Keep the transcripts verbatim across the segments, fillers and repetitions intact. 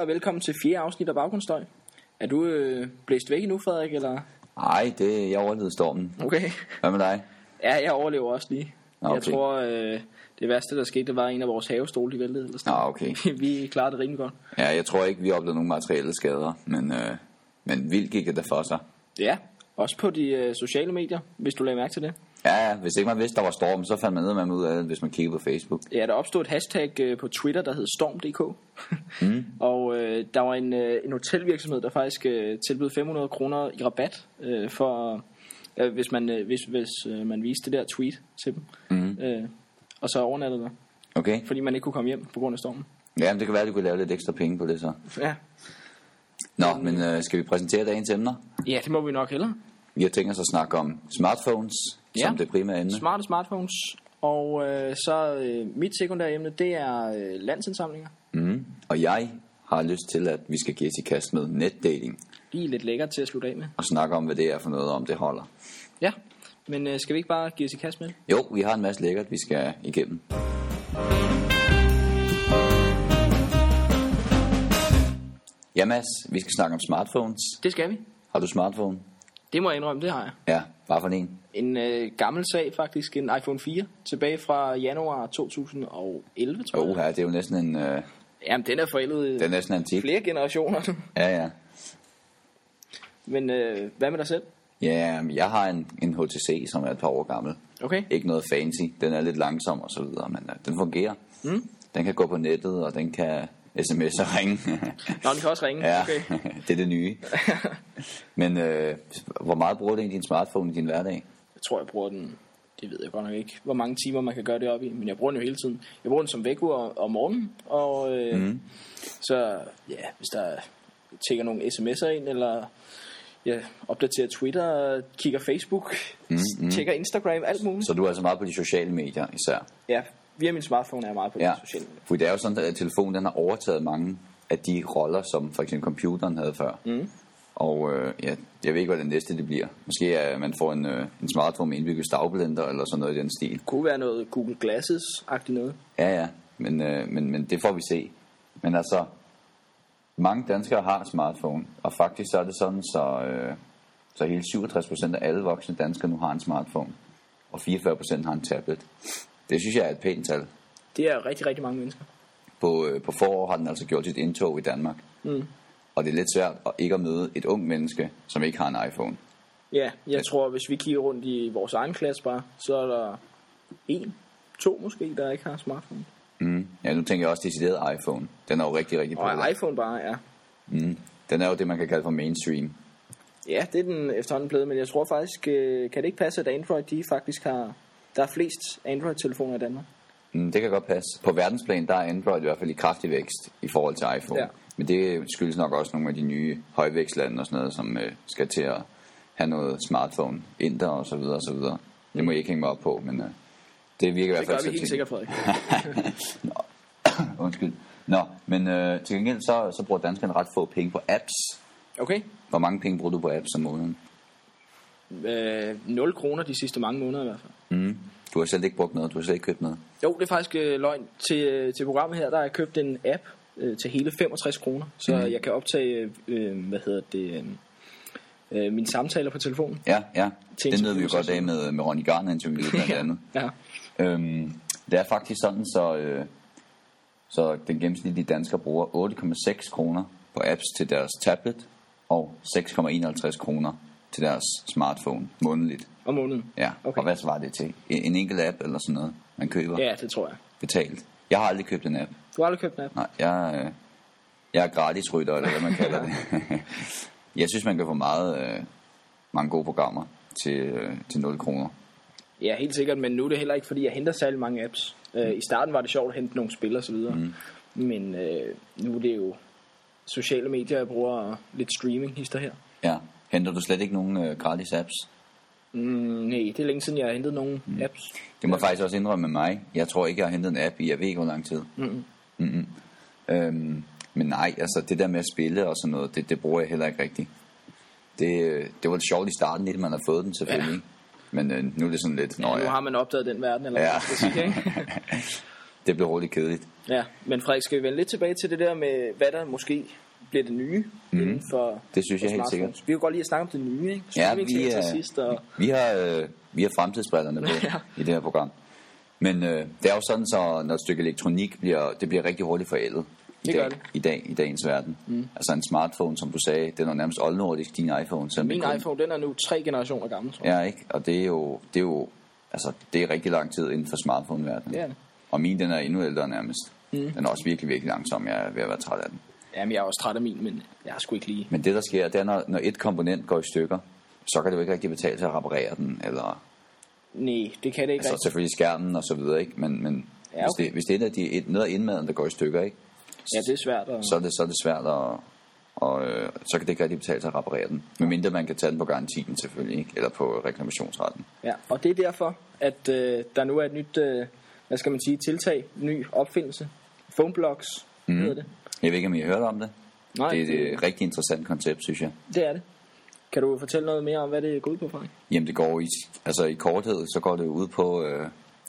og velkommen til fjerde afsnit af Baggrundsstøj. Er du øh, blæst væk endnu, Frederik, eller? Nej, det jeg overlevede stormen. Okay. Hvad med dig? Ja, jeg overlever også lige. Okay. Jeg tror, øh, det værste, der skete, det var en af vores havestole, de væltede. Eller sådan. Ah, okay. Vi klarede det rimelig godt. Ja, jeg tror ikke, vi oplevede nogen materielle skader, men, øh, men vildt gik det for sig. Ja, også på de øh, sociale medier, hvis du lagde mærke til det. Ja, ja, hvis ikke man vidste, der var storm, så fandt man ned med ud af det, hvis man kiggede på Facebook. Ja, der opstod et hashtag øh, på Twitter, der hed storm punktum d k. mm. Og øh, der var en, øh, en hotelvirksomhed, der faktisk øh, tilbød fem hundrede kroner i rabat, øh, for, øh, hvis, man, øh, hvis, hvis øh, man viste det der tweet til dem. Mm. Øh, og så overnattede der. Okay. Fordi man ikke kunne komme hjem på grund af stormen. Ja, men det kan være, at du kunne lave lidt ekstra penge på det så. Ja. Nå, men øh, skal vi præsentere dagens emner? Ja, det må vi nok hellere. Vi har tænkt os at snakke om smartphones, ja. som det primære emne. Smarte smartphones. Og øh, så øh, mit sekundære emne, det er øh, landsindsamlinger. Mm. Og jeg har lyst til, at vi skal give os i kast med netdating. Lige lidt lækkert til at slutte af med. Og snakke om, hvad det er for noget, om det holder. Ja, men øh, skal vi ikke bare give os i kast med det? Jo, vi har en masse lækkert, vi skal igennem. Ja, Mads, vi skal snakke om smartphones. Det skal vi. Har du smartphone? Det må jeg indrømme, det har jeg. Ja, bare for en. En øh, gammel sag faktisk, en iPhone fire, tilbage fra januar to tusind og elleve, tror jeg. Oh, her, det er jo næsten en... Øh... Jamen, den er forældet den er næsten antik. Flere generationer. Ja, ja. Men øh, hvad med dig selv? Ja, jeg har en, en H T C, som er et par år gammel. Okay. Ikke noget fancy. Den er lidt langsom og så videre, men øh, den fungerer. Mm. Den kan gå på nettet, og den kan sms og ringe. Nå, den kan også ringe. Ja, okay. Det er det nye. Men øh, hvor meget bruger du egentlig din smartphone i din hverdag? Jeg tror, jeg bruger den, det ved jeg godt nok ikke, hvor mange timer man kan gøre det op i, men jeg bruger den jo hele tiden. Jeg bruger den som vækkeur om morgenen, og øh, mm. så ja, hvis der tækker nogle sms'er ind, eller ja, opdaterer Twitter, kigger Facebook, mm, mm. tjekker Instagram, alt muligt. Så du er altså meget på de sociale medier især? Ja, via min smartphone er jeg meget på ja, de sociale medier. For det er jo sådan, at telefonen den har overtaget mange af de roller, som for eksempel computeren havde før. Mm. Og øh, ja, jeg ved ikke, hvad det næste det bliver. Måske at man får en, øh, en smartphone med indbygget stavblender eller sådan noget i den stil. Det kunne være noget Google Glasses-agtigt noget. Ja, ja, men, øh, men, men det får vi se. Men altså, mange danskere har smartphone, og faktisk så er det sådan, så, øh, så hele syvogtres procent af alle voksne danskere nu har en smartphone, og fireogfyrre procent har en tablet. Det synes jeg er et pænt tal. Det er rigtig, rigtig mange mennesker. På, øh, på forår har den altså gjort sit indtog i Danmark. Mm. Og det er lidt svært at ikke at møde et ung menneske, som ikke har en iPhone. Ja, jeg ja. tror, hvis vi kigger rundt i vores egen klasse bare, så er der en, to måske, der ikke har smartphone. Mm. Ja, nu tænker jeg også decideret iPhone. Den er jo rigtig, rigtig populær. Og iPhone bare, ja. Mm. Den er jo det, man kan kalde for mainstream. Ja, det er den efterhånden blevet, men jeg tror faktisk, øh, kan det ikke passe, at Android, de faktisk har, der er flest Android-telefoner i Danmark? Mm, det kan godt passe. På verdensplan, der er Android i hvert fald i kraftig vækst i forhold til iPhone. Ja. Men det skyldes nok også nogle af de nye højvækstlande og sådan noget, som øh, skal til at have noget smartphone ind der og så videre og så videre. Det må jeg ikke hænge mig op på, men øh, det virker det i hvert fald... Det gør vi helt sikkert, Frederik. Nå, undskyld. Nå, men øh, til gengæld så, så bruger danskerne ret få penge på apps. Okay. Hvor mange penge bruger du på apps om måneden? Øh, nul kroner de sidste mange måneder i hvert fald. Mm. Du har selv ikke brugt noget, du har selv ikke købt noget? Jo, det er faktisk øh, løgn. Til, til programmet her, der har jeg købt en app øh, til hele femogtres kroner, så mm. jeg kan optage, øh, hvad hedder det, øh, mine samtaler på telefonen. Ja, ja. Det nød vi jo godt af med, med Ronny Garner interviewet blandt andet. Ja. Øhm, det er faktisk sådan, så, øh, så den gennemsnitlige dansker bruger otte komma seks kroner på apps til deres tablet, og seks komma enoghalvtreds kroner til deres smartphone månedligt. Om måneden? Ja, okay. Og hvad svarer det til? En, en enkelt app eller sådan noget, man køber? Ja, det tror jeg. Betalt. Jeg har aldrig købt en app. Du har aldrig købt en app? Nej, jeg, øh, jeg er gratisrytter, eller hvad man kalder det. Jeg synes, man kan få meget, øh, mange gode programmer til, øh, til nul kroner. Ja, helt sikkert, men nu er det heller ikke, fordi jeg henter særlig mange apps. Øh, I starten var det sjovt at hente nogle spil og så videre, mm. men øh, nu er det jo sociale medier, jeg bruger lidt streaming hister her. Ja, henter du slet ikke nogen øh, gratis apps? Mm, nej, det er længe siden, jeg har hentet nogle mm. apps. Det må ja. faktisk også indrømme med mig. Jeg tror ikke, jeg har hentet en app i, jeg ved ikke, hvor lang tid. Mm. Mm-hmm. Øhm, men nej, altså det der med at spille og sådan noget, det, det bruger jeg heller ikke rigtigt. Det, det var lidt sjovt i starten, inden man har fået den selvfølgelig. Ja. Men øh, nu er det sådan lidt... Ja, nu har man opdaget den verden, eller ja. hvad skal sige, ikke? det blev hurtigt kedeligt. Ja, men Frederik, skal vi vende lidt tilbage til det der med, hvad der måske bliver det nye mm. inden for det synes jeg helt sikkert. Vi kan godt lide at snakke om det nye, ikke? Ja, vi, er, sidst, og... vi, har, øh, vi har fremtidsbrillerne på ja. i det her program. Men øh, det er jo sådan, så når et stykke elektronik bliver, det bliver rigtig hurtigt forældet i, det dag, det. i dag i dagens verden. Mm. Altså en smartphone, som du sagde, den er nærmest oldnordisk, din iPhone. Min kun... iPhone, den er nu tre generationer gammel, tror jeg. Ja, ikke? Og det er jo, det er jo altså, det er rigtig lang tid inden for smartphone-verdenen. Ja. Og min, den er endnu ældre nærmest. Mm. Den er også virkelig, virkelig langsom. Jeg er ved at være træt af den. Jamen, jeg er også træt af min, men jeg har sgu ikke lige. Men det, der sker, det er, når, når et komponent går i stykker, så kan det jo ikke rigtig betale til at reparere den, eller... Nej, det kan det ikke altså, rigtig. selvfølgelig skærmen og så videre, ikke? Men, men ja, okay. hvis, det, hvis det er de, et, noget af indmaden, der går i stykker, ikke? Ja, det er svært at... Så er det, så er det svært at... Og øh, så kan det ikke rigtig betale sig at reparere den. Medmindre man kan tage den på garantien selvfølgelig, ikke? Eller på reklamationsretten. Ja, og det er derfor, at øh, der nu er et nyt, øh, hvad skal man sige, tiltag, ny opfindelse. PhoneBlocks, mm. hedder det. Jeg ved ikke, om I har hørt om det. Nej, det er et, et rigtig interessant koncept, synes jeg. Det er det. Kan du fortælle noget mere om, hvad det går ud på, Frank? Jamen, det går i, altså i korthed, så går det ud på, øh,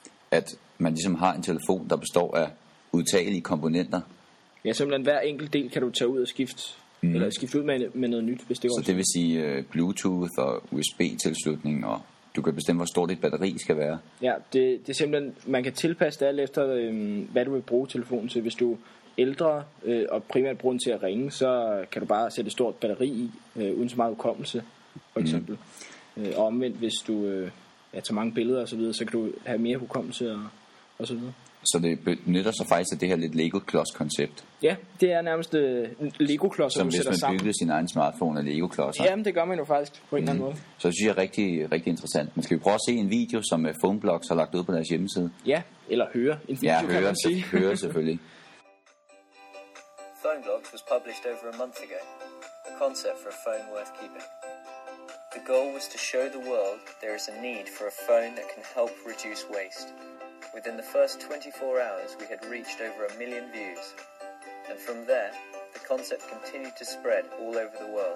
at man ligesom har en telefon, der består af udtagelige komponenter. Ja, simpelthen hver enkelt del kan du tage ud og skifte, mm. eller skifte ud med, med noget nyt, hvis det går. Så det vil sige uh, Bluetooth og U S B-tilslutning, og du kan bestemme, hvor stort dit batteri skal være. Ja, det, det er simpelthen, man kan tilpasse det alt efter, øh, hvad du vil bruge telefonen til. Hvis du er ældre øh, og primært bruger den til at ringe, så kan du bare sætte et stort batteri i, øh, uden så meget hukommelse, for eksempel. Mm. Øh, og omvendt, hvis du øh, ja, tager mange billeder og så videre, så kan du have mere hukommelse og, og så videre. Så det benytter sig faktisk af det her lidt Lego-klods-koncept. Ja, det er nærmest uh, Lego-klodser, som hvis man byggede sin egen smartphone af Lego-klodser. Jamen, det gør man jo faktisk på en mm. eller anden måde. Så det synes jeg er rigtig, rigtig interessant. Men skal vi prøve at se en video, som PhoneBlocks har lagt ud på deres hjemmeside? Ja, eller høre en video, ja, kan høre, man sige. høre selvfølgelig. PhoneBlocks was published over a month ago. A concept for a phone worth keeping. The goal was to show the world there is a need for a phone that can help reduce waste. Within the first twenty-four hours, we had reached over a million views. And from there, the concept continued to spread all over the world.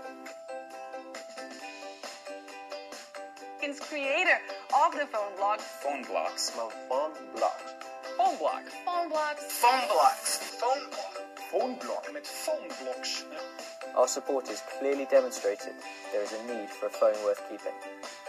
It's creator of the PhoneBlocks. PhoneBlocks. Well, PhoneBlock. PhoneBlock. PhoneBlocks. PhoneBlocks. PhoneBlock. PhoneBlock met PhoneBlocks. Our supporters clearly demonstrated there is a need for a phone worth keeping.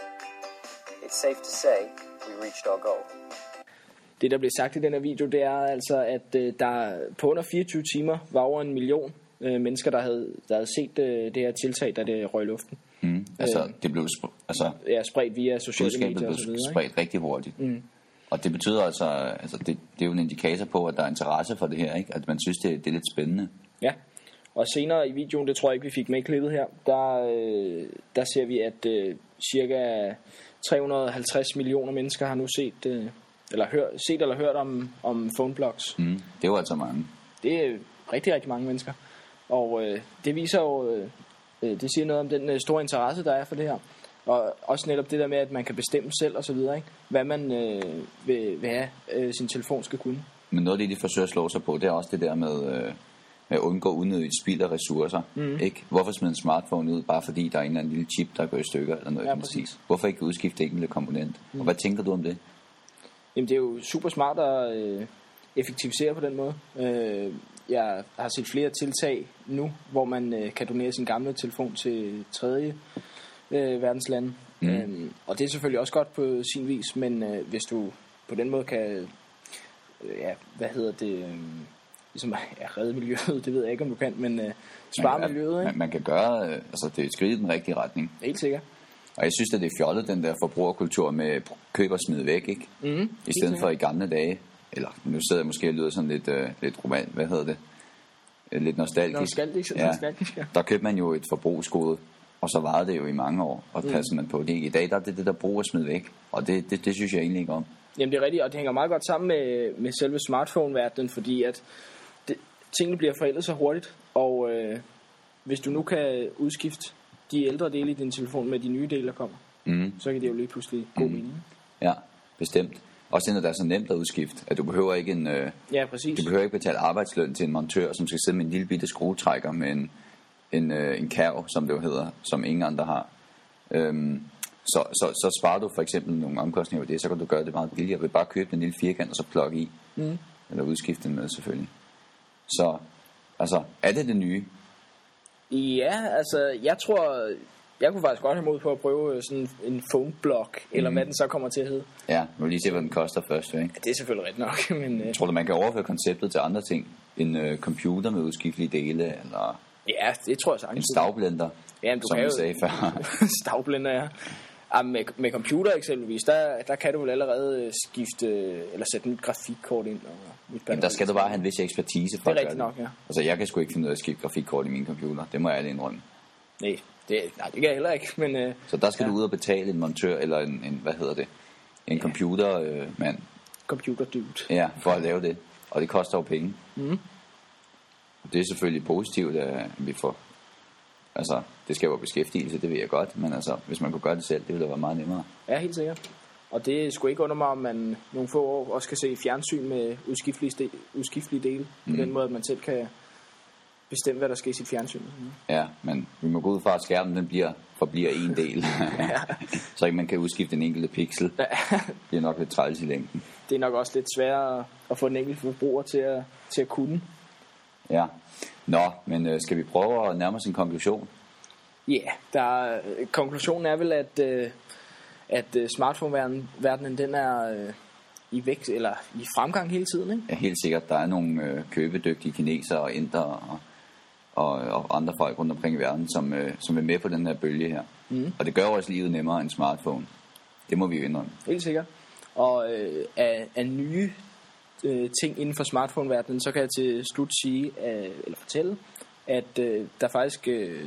It's safe to say we reached our goal. Det, der blev sagt i den her video, det er altså, at øh, der på under fireogtyve timer var over en million øh, mennesker, der havde, der havde set øh, det her tiltag, da det røg i luften. Mm. Altså, øh, det blev sp- altså, ja, spredt via sociale medier og så videre. Spredt rigtig hurtigt. Mm. Og det betyder altså, altså det, det er jo en indikator på, at der er interesse for det her, ikke? At man synes, det, det er lidt spændende. Ja, og senere i videoen, det tror jeg ikke, vi fik med klippet her, der, øh, der ser vi, at øh, cirka tre hundrede og halvtreds millioner mennesker har nu set... Øh, Eller hør, set eller hørt om, om PhoneBlocks. Mm, det er jo altså mange. Det er rigtig, rigtig mange mennesker. Og øh, det viser jo, øh, det siger noget om den øh, store interesse, der er for det her. Og også netop det der med, at man kan bestemme selv og så videre, ikke? Hvad man øh, vil, vil have, øh, sin telefon skal kunne. Men noget af det, de forsøger at slå sig på, det er også det der med, øh, med at undgå unødigt spild af ressourcer. Mm. Ikke? Hvorfor smide en smartphone ud, bare fordi der er en eller anden lille chip, der går i stykker eller noget? Ja, præcis. Hvorfor ikke udskifte enkelte komponent? Mm. Og hvad tænker du om det? Jamen, det er jo super smart at øh, effektivisere på den måde. Øh, jeg har set flere tiltag nu, hvor man øh, kan donere sin gamle telefon til tredje øh, verdenslande. Mm. Øh, og det er selvfølgelig også godt på sin vis, men øh, hvis du på den måde kan, øh, ja, hvad hedder det, øh, ligesom ja, redde miljøet, det ved jeg ikke, om du kan, men øh, spare man, miljøet, ikke? Man, man kan gøre, øh, altså det er et skridt i den rigtige retning. Helt sikkert. Og jeg synes, at det er fjollet, den der forbrugerkultur med køb og smid væk, ikke? Mm, I stedet for i gamle dage, eller nu sidder jeg måske og lyder sådan lidt, øh, lidt roman, hvad hedder det? Lidt nostalgisk. Nostalgisk, ja. nostalgisk, ja. Der købte man jo et forbrugsgode, og så varede det jo i mange år, og mm. passede man på det. I dag der er det det, der brug og smid væk, og det, det, det synes jeg egentlig ikke om. Jamen det er rigtigt, og det hænger meget godt sammen med, med selve smartphone-verdenen, fordi at det, tingene bliver forældet så hurtigt, og øh, hvis du nu kan udskifte de ældre dele i din telefon med de nye dele, der kommer, mm. så kan det jo lige pludselig god mm. mening. Ja, bestemt. Også når det er så nemt at udskifte, at du behøver ikke en, øh, ja, præcis. Du behøver ikke betale arbejdsløn til en montør, som skal sidde med en lille bitte skruetrækker med en, en, øh, en kærv, som det jo hedder, som ingen andre har. Øhm, så, så, så sparer du for eksempel nogle omkostninger ved det, så kan du gøre det meget billigere ved bare købe en lille firkant og så plukke i. Mm. eller udskifte den med selvfølgelig. Så, altså, er det det nye? Ja, altså, jeg tror, jeg kunne faktisk godt have mod på at prøve sådan en phone block, eller mm. hvad den så kommer til at hedde. Ja, nu vil lige se, hvad den koster først, ikke? Ja, det er selvfølgelig ret nok, men... Uh... Tror du, man kan overføre konceptet til andre ting? En uh, computer med udskiftelige dele, eller... Ja, det tror jeg sagtens. En stavblender, ja, du som kan vi jo... sagde før. Stavblender, ja. Ja, med, med computer eksempelvis, der, der kan du vel allerede skifte, eller sætte nyt grafikkort ind. Og nyt Men der skal du bare have en vis ekspertise for det er at rigtigt gøre nok, ja. Altså, jeg kan sgu ikke finde ud af at skifte grafikkort i min computer. Det må jeg alle indrømme. Nej, det, nej, det kan jeg heller ikke, men... Uh, Så der skal ja. du ud og betale en montør, eller en, en hvad hedder det, en ja. computermand. Øh, Computer dude. Ja, for at lave det. Og det koster jo penge. Mm. Det er selvfølgelig positivt, at vi får... Altså, det skal jo være beskæftigelse, det ved jeg godt. Men altså, hvis man kunne gøre det selv, det ville være meget nemmere. Ja, helt sikkert. Og det skulle ikke under mig, om man nogle få år også kan se fjernsyn med udskiftelige, de, udskiftelige dele. Mm. På den måde, at man selv kan bestemme, hvad der skal i sit fjernsyn. Mm. Ja, men vi må gå ud fra, at skærmen den bliver, forbliver en del. Ja. Så ikke man kan udskifte en enkelte pixel. Ja. Det er nok lidt træls i længden. Det er nok også lidt sværere at få den enkelte forbruger til at, til at kunne. Ja. Nå, men øh, skal vi prøve at nærme os en konklusion? Ja, yeah, der, konklusionen er vel, at, øh, at øh, smartphone-verdenen den er øh, i vækst, eller i fremgang hele tiden, ikke? Ja, helt sikkert. Der er nogle øh, købedygtige kinesere og indere og, og, og andre folk rundt omkring i verden, som, øh, som er med på den her bølge her. Mm. Og det gør også livet nemmere end smartphone. Det må vi jo indrømme. Helt sikkert. Og øh, af, af nye øh, ting inden for smartphone-verdenen, så kan jeg til slut sige, øh, eller fortælle, at øh, der faktisk øh,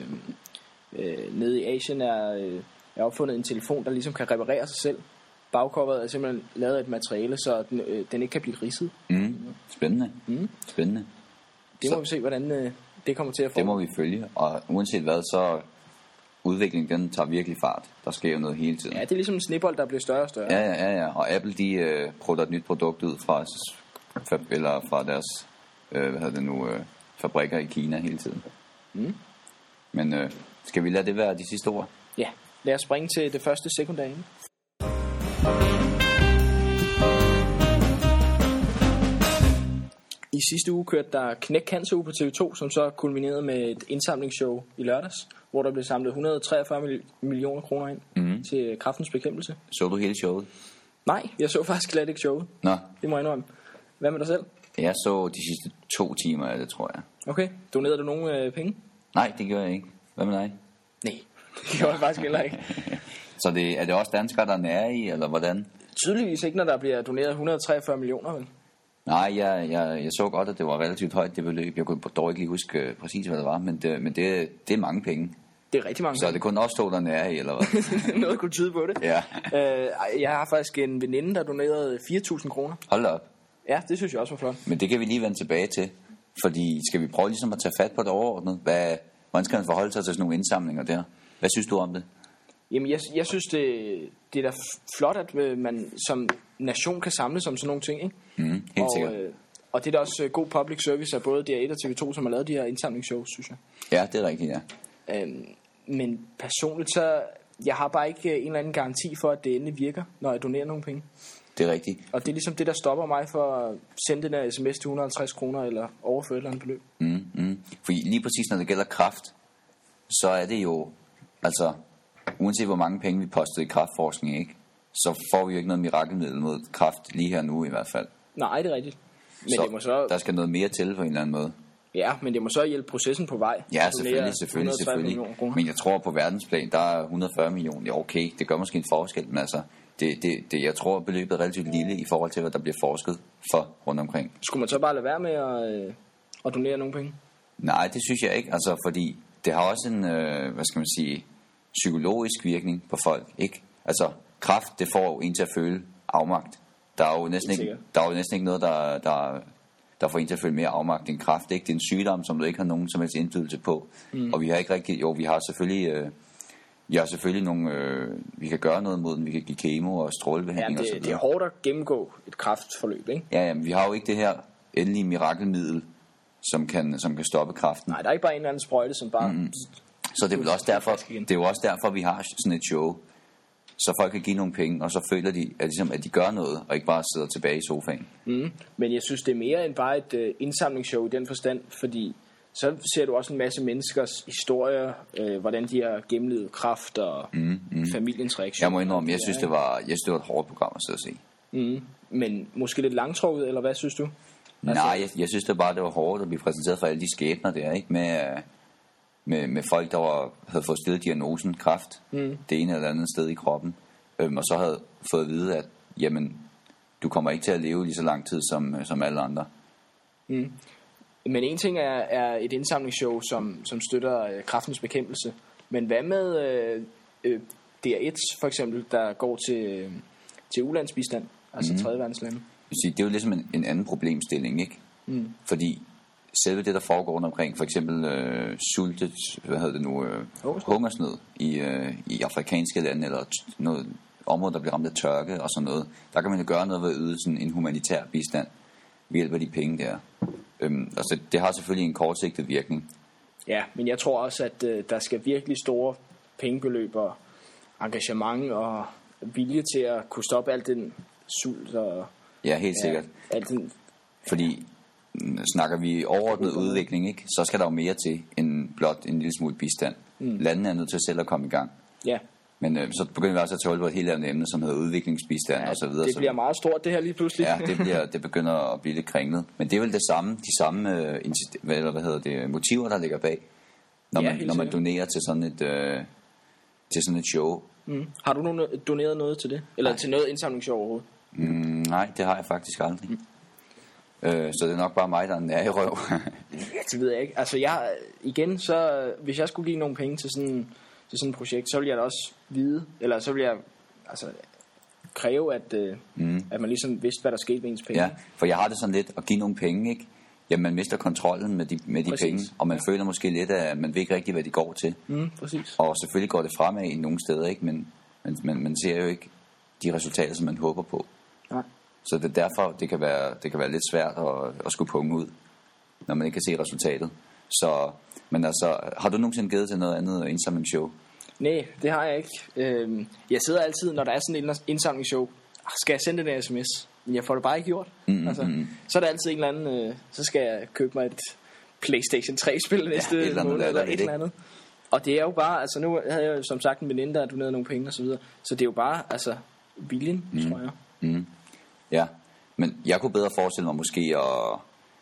øh, nede i Asien er, øh, er opfundet en telefon, der ligesom kan reparere sig selv. Bagcoveret er simpelthen lavet af et materiale, så den, øh, den ikke kan blive ridset. Mm. Spændende. Mm. Spændende. Det må så, vi se, hvordan øh, det kommer til at få. Det må vi følge, og uanset hvad, så udviklingen den tager virkelig fart. Der sker jo noget hele tiden. Ja, det er ligesom en snebold, der bliver større og større. Ja, ja, ja, ja. Og Apple, de øh, prøver et nyt produkt ud fra, eller fra deres øh, hvad hedder det nu, øh, fabrikker i Kina hele tiden. Mm. Men øh, skal vi lade det være de sidste ord? Ja, lad os springe til det første sekundære. I sidste uge kørte der Knæk Cancer på T V to, som så kulminerede med et indsamlingsshow i lørdags, hvor der blev samlet et hundrede og treogfyrre millioner kroner ind mm. til kræftens bekæmpelse. Så du hele showet? Nej, jeg så faktisk slet ikke showet. Nå. Det må jeg indrømme. Hvad med dig selv? Jeg så de sidste to timer af det, tror jeg. Okay. Donerede du nogle øh, penge? Nej, det gjorde jeg ikke. Hvad med dig? Nej, det gjorde jeg faktisk heller ikke. Så det, er det også danskere, der er nære i, eller hvordan? Tydeligvis ikke, når der bliver doneret et hundrede og treogfyrre millioner, vel? Nej, jeg, jeg, jeg så godt, at det var relativt højt, det beløb. Jeg kunne dog ikke lige huske præcis, hvad det var, men det, men det, det er mange penge. Det er rigtig mange Så penge. Så det kun også to, der nære i, eller hvad? Noget kunne tyde på det. Ja. øh, jeg har faktisk en veninde, der donerede fire tusind kroner. Hold op. Ja, det synes jeg også var flot. Men det kan vi lige vende tilbage til. Fordi skal vi prøve ligesom at tage fat på det overordnet? Hvad, hvordan skal man forholde sig til sådan nogle indsamlinger der? Hvad synes du om det? Jamen, jeg, jeg synes, det, det er da flot, at man som nation kan samles om sådan nogle ting, ikke? Mm, helt og, sikkert. Øh, og det er da også god public service af både D R et og T V to, som har lavet de her indsamlingsshows, synes jeg. Ja, det er rigtigt, ja. Øhm, men personligt, så jeg har bare ikke en eller anden garanti for, at det endelig virker, når jeg donerer nogle penge. Det er rigtigt. Og det er ligesom det, der stopper mig for at sende den her sms til et hundrede og halvtreds kroner, eller overføre et eller andet beløb. Mm, mm. Fordi lige præcis når det gælder kræft, så er det jo, altså, uanset hvor mange penge vi postede i kræftforskning, ikke, så får vi jo ikke noget mirakelmiddel mod kræft lige her nu i hvert fald. Nej, det er rigtigt. Men så det må så... der skal noget mere til på en eller anden måde. Ja, men det må så hjælpe processen på vej. Ja, selvfølgelig, selvfølgelig, selvfølgelig. Men jeg tror på verdensplan, der er et hundrede og fyrre millioner. Ja, okay, det gør måske en forskel, men altså, det, det, det, jeg tror, beløbet er relativt lille i forhold til, hvad der bliver forsket for rundt omkring. Skulle man så bare lade være med at, øh, at donere nogle penge? Nej, det synes jeg ikke, altså, fordi det har også en, øh, hvad skal man sige, psykologisk virkning på folk, ikke? Altså, kræft, det får jo en til at føle afmagt. Der er jo næsten ikke, der er jo næsten ikke noget, der, der, der får en til at føle mere afmagt end kræft, ikke? Det er en sygdom, som du ikke har nogen som helst indflydelse på. Mm. Og vi har ikke rigtig, jo, vi har selvfølgelig, øh, vi har selvfølgelig nogle, øh, vi kan gøre noget mod den, vi kan give kemo og strålebehandling ja, det, og så videre. Det er hårdt at gennemgå et kræftforløb, ikke? Ja, ja, men vi har jo ikke det her endelige mirakelmiddel, som kan, som kan stoppe kræften. Nej, der er ikke bare en eller anden sprøjte, som bare... Mm. Så det er vel også derfor, det er jo også derfor, vi har sådan et show, så folk kan give nogle penge, og så føler de, at, ligesom, at de gør noget, og ikke bare sidder tilbage i sofaen. Mm. Men jeg synes, det er mere end bare et uh, indsamlingsshow i den forstand, fordi så ser du også en masse menneskers historier, øh, hvordan de har gennemlevet kræft og mm, mm. familiens reaktion. Jeg må indrømme, jeg synes, det var, jeg synes, det var et hårdt program at sidde og se. Mm. Men måske lidt langtrukket, eller hvad synes du? Altså... Nej, jeg, jeg synes det bare, det var hårdt at blive præsenteret for alle de skæbner der, ikke? Med, med, med folk, der var, havde fået stillet diagnosen kræft, mm. det ene eller andet sted i kroppen, øhm, og så havde fået at vide, at jamen, du kommer ikke til at leve lige så lang tid som, som alle andre. Mm. Men en ting er, er et indsamlingsshow, som, som støtter øh, kræftens bekæmpelse. Men hvad med øh, øh, D R et for eksempel, der går til, øh, til ulandsbistand, altså mm. tredje verdenslande? Det er jo ligesom en, en anden problemstilling, ikke? Mm. Fordi selve det, der foregår rundt omkring, for eksempel øh, sulte, hvad hedder det nu, øh, hungersnød i, øh, i afrikanske lande, eller t- noget område, der bliver ramt af tørke og sådan noget, der kan man jo gøre noget ved at yde sådan en humanitær bistand ved hjælp af de penge der. Øhm, altså, det har selvfølgelig en kortsigtet virkning. Ja, men jeg tror også, at øh, der skal virkelig store pengebeløb og engagement og vilje til at kunne stoppe alt den sult og... Ja, helt ja, sikkert. Alt den... Fordi snakker vi overordnet udvikling, ikke, så skal der jo mere til end blot en lille smule bistand. Mm. Landene er nødt til selv at komme i gang. Ja. Men øh, så begynder vi også at tale på et helt andet emne, som hedder udviklingsbistand ja, og så videre. Det bliver meget stort det her lige pludselig. Ja, det, bliver, det begynder at blive lidt kringlet. Men det er vel det samme, de samme øh, insist- eller hvad hedder det, motiver, der ligger bag, når ja, man, når man donerer til sådan et, øh, til sådan et show. Mm. Har du nogen, doneret noget til det? Eller nej. Til noget indsamlingsshow overhovedet? Mm, nej, det har jeg faktisk aldrig. Mm. Øh, så det er nok bare mig, der er i røv. Ja, det ved jeg ikke. Altså jeg, igen, så hvis jeg skulle give nogle penge til sådan, til sådan et projekt, så ville jeg da også vide, eller så ville jeg altså kræve, at, øh, mm. at man ligesom vidste, hvad der skete med ens penge. Ja, for jeg har det sådan lidt at give nogle penge, ikke? Jamen man mister kontrollen med de, med de penge, og man ja. føler måske lidt, at man ved ikke rigtig, hvad de går til. Mm, præcis. Og selvfølgelig går det fremad i nogle steder, ikke? Men, men, men man ser jo ikke de resultater, som man håber på. Nej. Så det er derfor, det kan være, det kan være lidt svært at, at skulle punge ud, når man ikke kan se resultatet. Så, men altså, har du nogensinde givet til noget andet indsamlingsshow? Nej, det har jeg ikke. Øhm, jeg sidder altid, når der er sådan en indsamlingsshow, skal jeg sende den sms? Men jeg får det bare ikke gjort. Mm, altså, mm. Så er der altid en eller anden, øh, så skal jeg købe mig et PlayStation tre-spil næste ja, eller måned, eller et eller andet. Og det er jo bare, altså nu havde jeg jo som sagt en veninde, der donerede nogle penge og så videre. Så det er jo bare, altså, viljen, mm. tror jeg. Mm. Ja, men jeg kunne bedre forestille mig måske at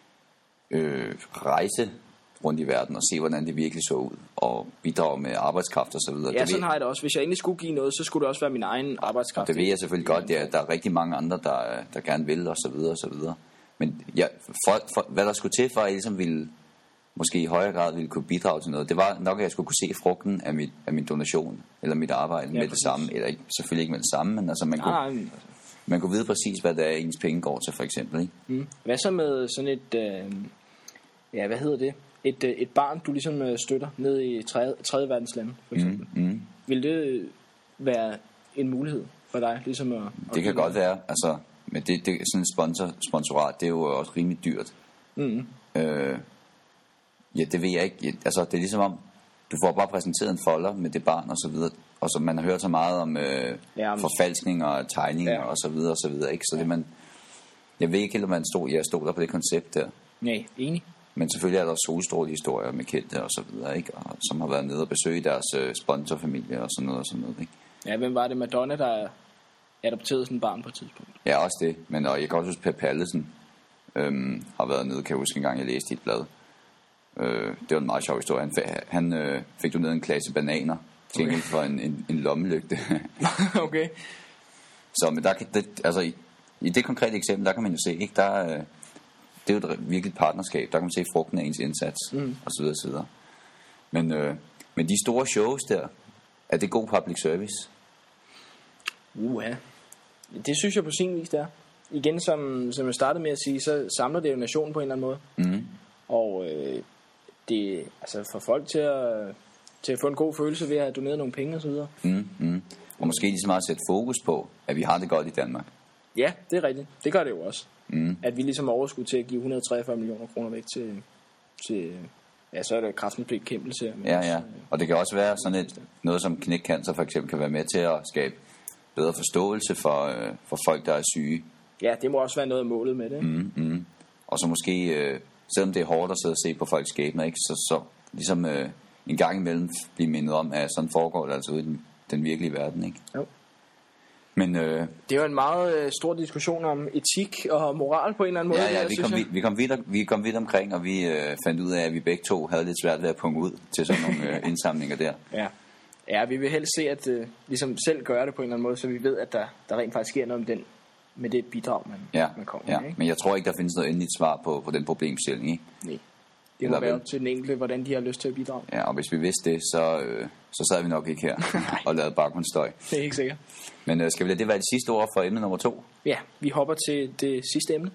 øh, rejse rundt i verden og se, hvordan det virkelig så ud, og bidrage med arbejdskraft og så videre. Ja, det sådan ved... har jeg det også. Hvis jeg egentlig skulle give noget, så skulle det også være min egen arbejdskraft. Det ved jeg selvfølgelig godt, det er, der er rigtig mange andre, der, der gerne vil, og så videre og så videre. Men ja, for, for, hvad der skulle til, for at jeg ligesom ville, måske i højere grad ville kunne bidrage til noget, det var nok, at jeg skulle kunne se frugten af, mit, af min donation, eller mit arbejde ja, med præcis. Det samme, eller ikke, selvfølgelig ikke med det samme, men altså man kunne... Nej, men... Man kunne vide præcis, hvad der er, ens penge går til, for eksempel. Ikke? Mm. Hvad så med sådan et, øh, ja, hvad hedder det? Et, øh, et barn, du ligesom øh, støtter ned i tredje, tredje verdenslande, for eksempel. Mm. Mm. Vil det være en mulighed for dig, ligesom at... Det at kan godt være, altså, men det, det sådan et sponsor, sponsorat, det er jo også rimelig dyrt. Mm. Øh, ja, det ved jeg ikke. Altså, det er ligesom om, du får bare præsenteret en folder med det barn og så videre. Og så man har hørt så meget om øh, ja, men... forfalskning og tegninger ja. og så videre og så videre, ikke? Så det man, jeg ved ikke helt, om man stod, jeg stod der på det koncept der. Nej, enig. Men selvfølgelig er der solstrålehistorier med kendte og så videre, ikke? Og, som har været nede og besøge deres øh, sponsorfamilie og sådan noget og sådan noget, ikke? Ja, hvem var det? Madonna, der adopterede sådan et barn på et tidspunkt? Ja, også det. Men og jeg kan også huske, Per Pallesen øhm, har været nede, kan jeg huske en gang, jeg læste i et blad. Øh, det var en meget sjov historie. Han, han øh, fik doneret en klasse bananer til okay. for en, en, en lommelygte. Okay. Så men der kan, det, altså i, i det konkrete eksempel, der kan man jo se, ikke, der, øh, det er jo et virkelig partnerskab. Der kan man se frugten af ens indsats mm. og så videre, så videre. Men, øh, men de store shows der, er det god public service? Uha. Det synes jeg på sin vis, der. Igen, som, som jeg startede med at sige, så samler det jo nationen på en eller anden måde. Mm. Og øh, det altså får folk til at, til at få en god følelse ved at have doneret nogle penge og så videre. Mm, mm. Og måske lige så meget sætte fokus på, at vi har det godt i Danmark. Ja, det er rigtigt. Det gør det jo også. Mm. At vi ligesom overskud til at give et hundrede og treogfyrre millioner kroner væk til, til ja, så er det kræftens bekæmpelse. Ja, ja. Og det kan også være sådan et, noget som knækcancer for eksempel kan være med til at skabe bedre forståelse for, øh, for folk, der er syge. Ja, det må også være noget af målet med det. Mm, mm. Og så måske, øh, selvom det er hårdt at sidde og se på folks skæbner, ikke, så, så ligesom øh, en gang imellem blive mindet om, at sådan foregår det altså ude i den, den virkelige verden. Ikke? Jo. Men, øh, det er jo en meget øh, stor diskussion om etik og moral på en eller anden måde. Ja, ja, der, vi, kom, vi, vi, kom vidt, vi kom vidt omkring, og vi øh, fandt ud af, at vi begge to havde lidt svært ved at punge ud til sådan nogle øh, indsamlinger der. Ja. Ja, vi vil helst se, at øh, ligesom selv gøre det på en eller anden måde, så vi ved, at der, der rent faktisk sker noget med, den, med det bidrag, man, ja, man kommer ja. med. Ikke? Men jeg tror ikke, der findes noget endeligt svar på, på den problemstilling. Ikke? Nej. Det må være op til den enkelte, hvordan de har lyst til at bidrage. Ja, og hvis vi vidste det, så, øh, så sad vi nok ikke her og lavede baggrundsstøj. Det er ikke sikkert. Men øh, skal vi lade det være det sidste ord for emne nummer to? Ja, vi hopper til det sidste emne.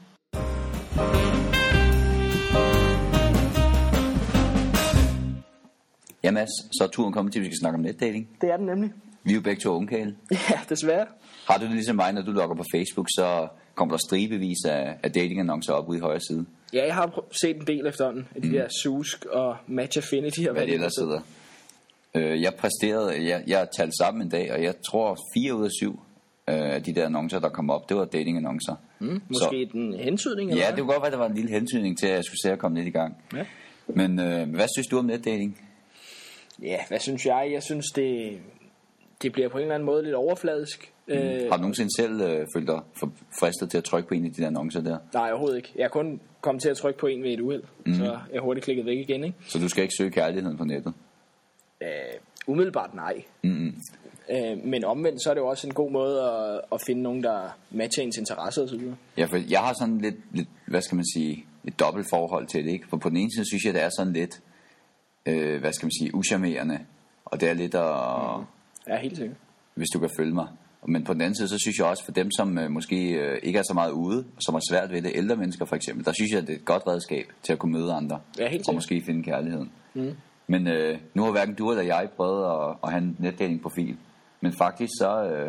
Ja, Mads, så er turen kommet til, at vi skal snakke om netdating. Det er den nemlig. Vi er jo begge to ungkæle. Ja, desværre. Har du det ligesom mig, når du logger på Facebook, så kommer der stribevis af, af datingannoncer op ude i højre side? Ja, jeg har set en del efterhånden af de mm. der Susk og Match Affinity. Og hvad det ellers sidder. Øh, jeg præsterede, jeg, jeg talte sammen en dag, og jeg tror fire ud af syv øh, af de der annoncer, der kom op, det var datingannoncer. Mm, måske så, en hentydning? Eller ja, hvad? det kunne godt være, der var en lille hentydning til, at jeg skulle se at komme lidt i gang. Ja. Men øh, hvad synes du om netdating? Ja, hvad synes jeg? Jeg synes, det, det bliver på en eller anden måde lidt overfladisk. Mm. Har du nogensinde selv øh, følt dig for fristet til at trykke på en af de der annoncer der? Nej, overhovedet ikke. Jeg er kun kommet til at trykke på en ved et uheld, mm. så jeg hurtigt klikket væk igen. Ikke? Så du skal ikke søge kærligheden på nettet? Øh, umiddelbart nej. Mm-hmm. Øh, men omvendt, så er det jo også en god måde at, at finde nogen, der matcher ens interesser og så videre. Ja, for jeg har sådan lidt, lidt, hvad skal man sige, et dobbelt forhold til det, ikke? For på den ene side synes jeg, det er sådan lidt, øh, hvad skal man sige, uschammerende. Og det er lidt at... Mm. Ja, helt sikkert. Hvis du kan følge mig. Men på den anden side, så synes jeg også, for dem, som øh, måske øh, ikke er så meget ude, som har svært ved det, ældre mennesker for eksempel, der synes jeg, det er et godt redskab til at kunne møde andre. Ja, helt og måske finde kærligheden. Mm. Men øh, nu har hverken du eller jeg prøvet at, at have en netdating-profil. Men faktisk så, øh,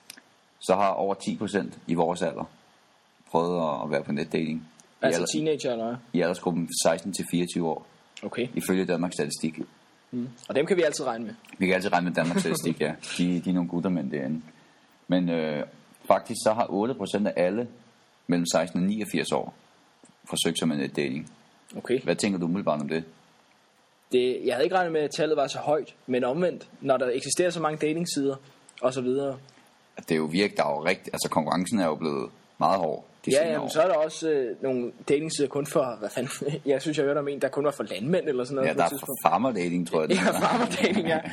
så har over ti procent i vores alder prøvet at, at være på netdating. Altså alder, teenager eller hvad? I aldersgruppen seksten til fireogtyve år. Okay. Ifølge Danmarks Statistik. Mm. Og dem kan vi altid regne med. Vi kan altid regne med Danmarks Statistik, ja. De, de er nogle guttermænd derinde. Men øh, faktisk så har otte procent af alle mellem seksten og niogfirs år forsøgt sig med netdating. Okay. Hvad tænker du umiddelbart om det? det? Jeg havde ikke regnet med, at tallet var så højt, men omvendt, når der eksisterer så mange datingsider og så videre. Det er jo virkelig, der er jo rigtig, altså konkurrencen er jo blevet meget hård. Ja, jamen, så er der også øh, nogle datingsider kun for, hvad fanden, jeg synes jeg hørte om en, der kun var for landmænd eller sådan noget. Ja, der er for farmerdating, tror jeg. Det ja, farmerdating, ja.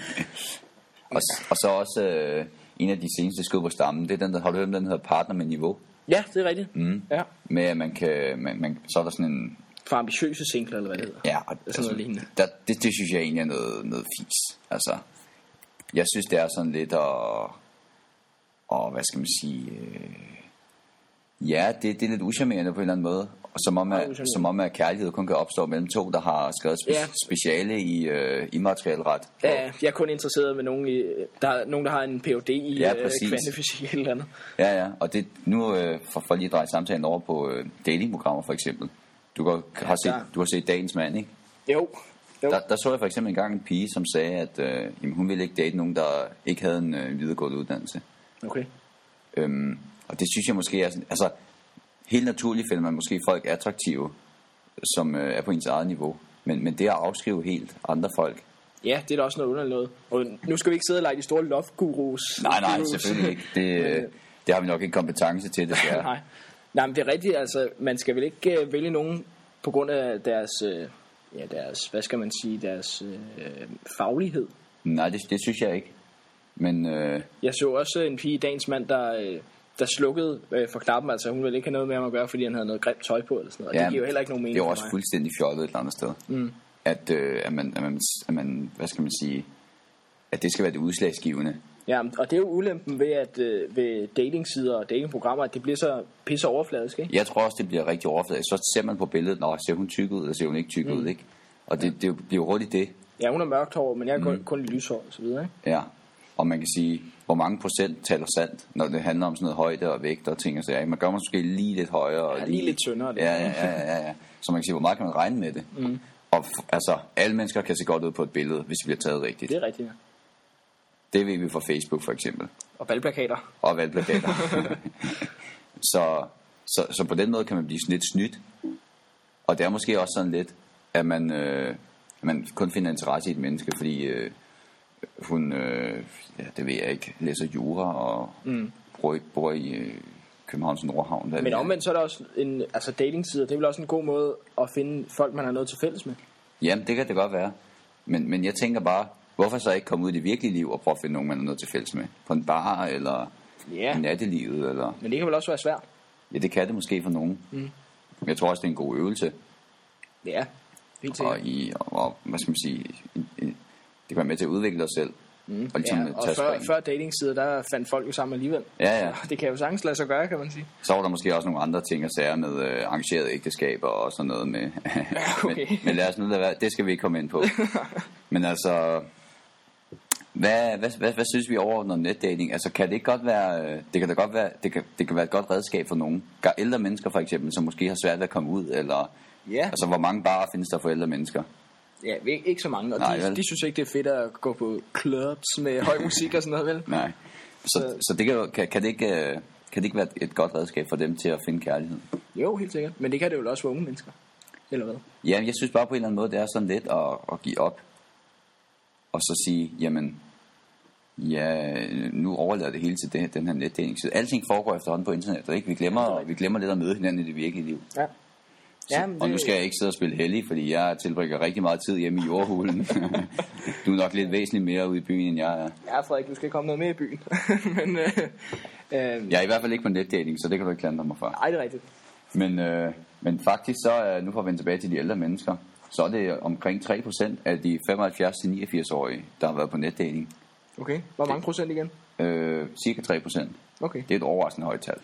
og, og så også øh, en af de seneste skud på stammen, det er den, der, har du hørt om den, der hedder Partner med Niveau? Ja, det er rigtigt. Mm. Ja. Med at man kan, man, man, så er der sådan en... For ambitiøse singler, eller hvad det hedder. Ja, og sådan altså, noget lignende. Der, det, det synes jeg egentlig er noget, noget fis. Altså, jeg synes, det er sådan lidt at... Og hvad skal man sige... Øh, ja, det, det er lidt uschammerende på en eller anden måde. Og som om, at, som om at kærlighed kun kan opstå mellem to, der har skrevet spe- ja. speciale i øh, immaterialret. Ja, jeg er kun interesseret med nogen, i, der er nogen, der har en P H D i ja, øh, kvantefysik eller andet. Ja, ja, og det, nu øh, for, for lige at dreje samtalen over på øh, datingprogrammer for eksempel. Du, går, ja, har set, du har set Dagens Mand, ikke? Jo. jo. Der, der så jeg for eksempel engang en pige, som sagde, at øh, jamen, hun ville ikke date nogen, der ikke havde en øh, videregående uddannelse. Okay. Øhm, og det synes jeg måske er sådan, altså helt naturligt finder man måske folk attraktive, som øh, er på ens eget niveau. Men, men det at afskrive helt andre folk. Ja, det er da også noget underligt noget. Og nu skal vi ikke sidde og lege de store love-gurus. Nej, nej, selvfølgelig ikke. Det, øh, det har vi nok ikke kompetence til, desværre. Nej. Nej, men det er rigtigt, altså, man skal vel ikke uh, vælge nogen på grund af deres, uh, ja, deres, hvad skal man sige, deres uh, faglighed. Nej, det, det synes jeg ikke. Men øh... jeg så også en pige i Dagens Mand, der, der slukkede øh, for knappen, altså hun ville ikke have noget med ham at gøre, fordi han havde noget grimt tøj på eller sådan noget. Ja, det giver jo heller ikke nogen mening. Det er også fuldstændig fjollet et eller andet sted. Mm. At, øh, at, man, at, man, at man, hvad skal man sige, at det skal være det udslagsgivende. Ja, og det er jo ulempen ved, at øh, ved datingsider og datingprogrammer, at det bliver så pisse overfladisk, ikke? Jeg tror også, det bliver rigtig overfladisk. Så ser man på billedet, nå, ser hun tyk ud, eller ser hun ikke tyk mm. ud, ikke? Og det, det bliver jo hurtigt det. Ja, hun er mørkt hår, men jeg er mm. kun, kun lyshår og så videre, ikke? Ja, og man kan sige, hvor mange procent taler sandt, når det handler om sådan noget højde og vægt og ting og sager. Man gør måske lige lidt højere. Og ja, lige, lige lidt tyndere. Ja, ja, ja, ja, ja. Så man kan sige, hvor meget kan man regne med det? Mm. Og altså, alle mennesker kan se godt ud på et billede, hvis det bliver taget rigtigt. Det er rigtigt, ja. Det ved vi fra Facebook for eksempel. Og valgplakater. Og valgplakater. så, så, så på den måde kan man blive sådan lidt snydt. Og det er måske også sådan lidt, at man, øh, man kun finder interesse i et menneske, fordi øh, hun, øh, ja, det ved jeg ikke, læser jura og mm. bor, bor i øh, Københavns Nordhavn. Men omvendt så er der også en, altså datingsider, det er vel også en god måde at finde folk, man har noget til fælles med. Jamen, det kan det godt være. Men, men jeg tænker bare, hvorfor så ikke komme ud i det virkelige liv og prøve at finde nogen, man har noget til fælles med? På en bar, eller yeah. i nattelivet, eller... Men det kan vel også være svært? Ja, det kan det måske for nogen. Mm. Jeg tror også, det er en god øvelse. Ja, helt sikkert. Og, i, og, og hvad skal man sige, det kan være med til at udvikle dig selv. Mm. Og, ligesom ja, og før, før datingsider, der fandt folk jo sammen alligevel. Ja, ja. Det kan jo sagtens lade sig gøre, kan man sige. Så var der måske også nogle andre ting og sager med øh, arrangerede ægteskaber og sådan noget med. Okay. men, men lad os nu lade være, det skal vi ikke komme ind på. Men altså, hvad, hvad, hvad, hvad synes vi overordnet om netdating? Altså, kan det ikke godt være, det kan da godt være, det kan, det kan være et godt redskab for nogen. Ældre mennesker for eksempel, som måske har svært ved at komme ud, eller ja. Altså, hvor mange barer findes der for ældre mennesker? Ja, ikke så mange, og Nej, de, de synes ikke, det er fedt at gå på clubs med høj musik og sådan noget, vel? Nej, så, så, så det kan, kan, kan, det ikke, kan det ikke være et godt redskab for dem til at finde kærlighed? Jo, helt sikkert, men det kan det jo også for unge mennesker, eller hvad? Ja, jeg synes bare på en eller anden måde, det er sådan lidt at, at give op, og så sige, jamen, ja, nu overlader det hele til det, den her netdatingside. Alting foregår efterhånden på internettet, ikke? Vi glemmer, vi glemmer lidt at møde hinanden i det virkelige liv. Ja. Så, ja, det... Og nu skal jeg ikke sidde og spille hellig, fordi jeg tilbringer rigtig meget tid hjemme i jordhulen. Du er nok lidt væsentligt mere ude i byen, end jeg er. Ja, Frederik, du skal komme noget mere i byen. Men, øh, øh... Jeg er i hvert fald ikke på netdating, så det kan du ikke klandre mig for. Nej, det er rigtigt. Men, øh, men faktisk så, er, nu får vi vende tilbage til de ældre mennesker, så er det omkring tre procent af de femoghalvfjerds til niogfirs-årige, der har været på netdating. Okay, hvor mange procent igen? Øh, cirka tre procent. Okay. Det er et overraskende højt tal.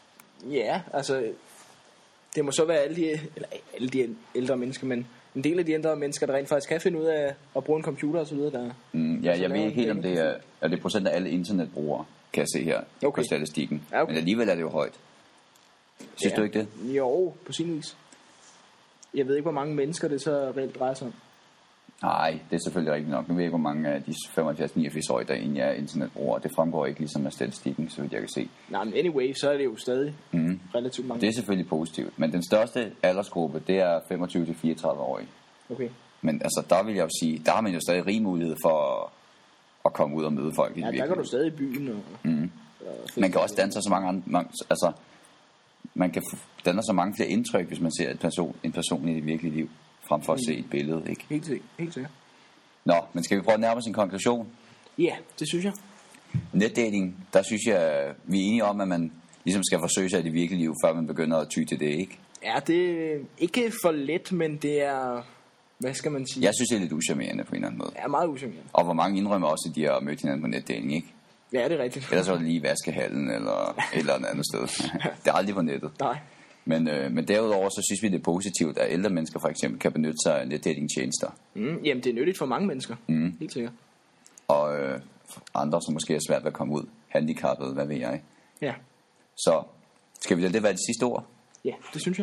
Ja, altså, det må så være alle de, eller alle de ældre mennesker, men en del af de ældre mennesker, der rent faktisk kan finde ud af at bruge en computer og så videre. Der, mm, ja, jeg ved ikke helt, om det er, er det procent af alle internetbrugere, kan jeg se her okay. På statistikken. Ja, okay. Men alligevel er det jo højt. Synes ja. Du ikke det? Jo, på sin vis. Jeg ved ikke, hvor mange mennesker det så reelt drejer sig om. Nej, det er selvfølgelig rigtigt nok. Nu ved jeg ikke, hvor mange af de femoghalvfjerds til niogfirs-årige, der egentlig er internetbrugere. Det fremgår ikke ligesom af statistikken, så vidt jeg kan se. Nej, men anyway, så er det jo stadig mm. relativt mange. Det er selvfølgelig positivt. Men den største aldersgruppe, det er femogtyve til fireogtredive-årige. Okay. Men altså, der vil jeg jo sige, der har man jo stadig rig mulighed for at, at komme ud og møde folk i ja, det der kan du stadig i byen. Og, mm. og man kan også danse så mange andre... Man, altså, man kan danne så mange flere indtryk, hvis man ser en person, en person i det virkelige liv, frem for at se et billede, ikke? Helt sikkert, helt sikkert. Nå, men skal vi prøve at nærme os en konklusion? Ja, det synes jeg. Netdating, der synes jeg, vi er enige om, at man ligesom skal forsøge sig i det virkelige liv, før man begynder at ty til det, ikke? Ja, det er ikke for let, men det er, hvad skal man sige? Jeg synes, det er lidt uschammerende på en eller anden måde. Ja, meget uschammerende. Og hvor mange indrømmer også, at de har mødt hinanden på netdating, ikke? Ja, det er rigtigt. Ellers var det lige i vaskehallen eller et eller andet sted. Det er aldrig på nettet. Nej. Men, øh, men derudover, så synes vi, det er positivt, at ældre mennesker for eksempel kan benytte sig af netdating-tjenester. Mm, jamen, det er nyttigt for mange mennesker. Mm. Helt sikkert. Og øh, andre, som måske er svært ved at komme ud. Handicappede, hvad ved jeg. Ja. Så skal vi lade det være det sidste ord? Ja, det synes jeg.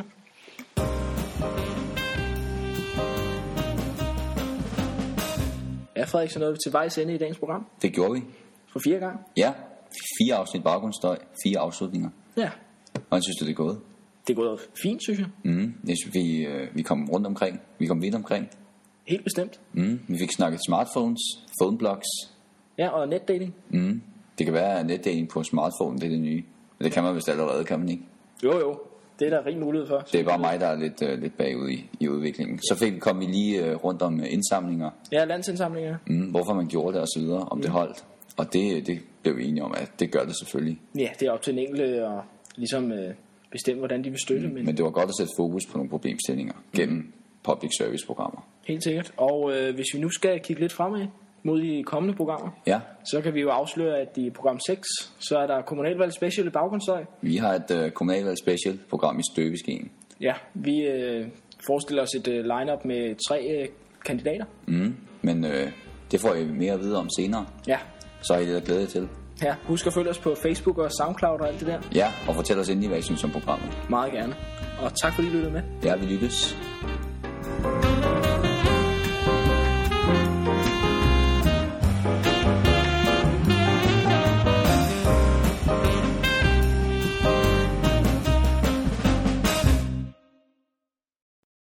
Ja, Frederik, så nåede vi til vejs ende i dagens program. Det gjorde vi. For fire gange. Ja, fire afsnit baggrundsstøj, fire afslutninger. Ja. Hvordan synes du, det er gået? Det er gået fint, synes jeg. Mm, jeg synes, vi, øh, vi kom rundt omkring. Vi kom vidt omkring. Helt bestemt. Mm, vi fik snakket smartphones, phoneblocks. Ja, og netdating. Mm, det kan være, at netdating på smartphone, det er det nye. Det kan man vist allerede, kan man ikke? Jo, jo. Det er der rig mulighed for. Det er bare mig, der er lidt, uh, lidt bagud i, i udviklingen. Så fik vi kom vi lige uh, rundt om uh, indsamlinger. Ja, landsindsamlinger. Mm, hvorfor man gjorde det og så videre, om mm. det holdt. Og det, det blev vi enige om, at det gør det selvfølgelig. Ja, det er op til en enkelt at ligesom uh, bestemme, hvordan de vil støtte. Mm, men... men det var godt at sætte fokus på nogle problemstillinger gennem mm. public service programmer. Helt sikkert. Og uh, hvis vi nu skal kigge lidt fremad mod de kommende programmer, ja. Så kan vi jo afsløre, at i program seks, så er der kommunalvalg special i baggrundsstøj. Vi har et uh, kommunalvalg special program i støbeskeen. Ja, vi uh, forestiller os et uh, line-up med tre uh, kandidater. Mm, men uh, det får I mere at vide om senere. Ja. Så er I det at glæde til. Ja, husk at følge os på Facebook og SoundCloud og alt det der. Ja, og fortæl os endelig, hvad I synes om programmet. Meget gerne. Og tak fordi I lyttede med. Ja, vi lyttes.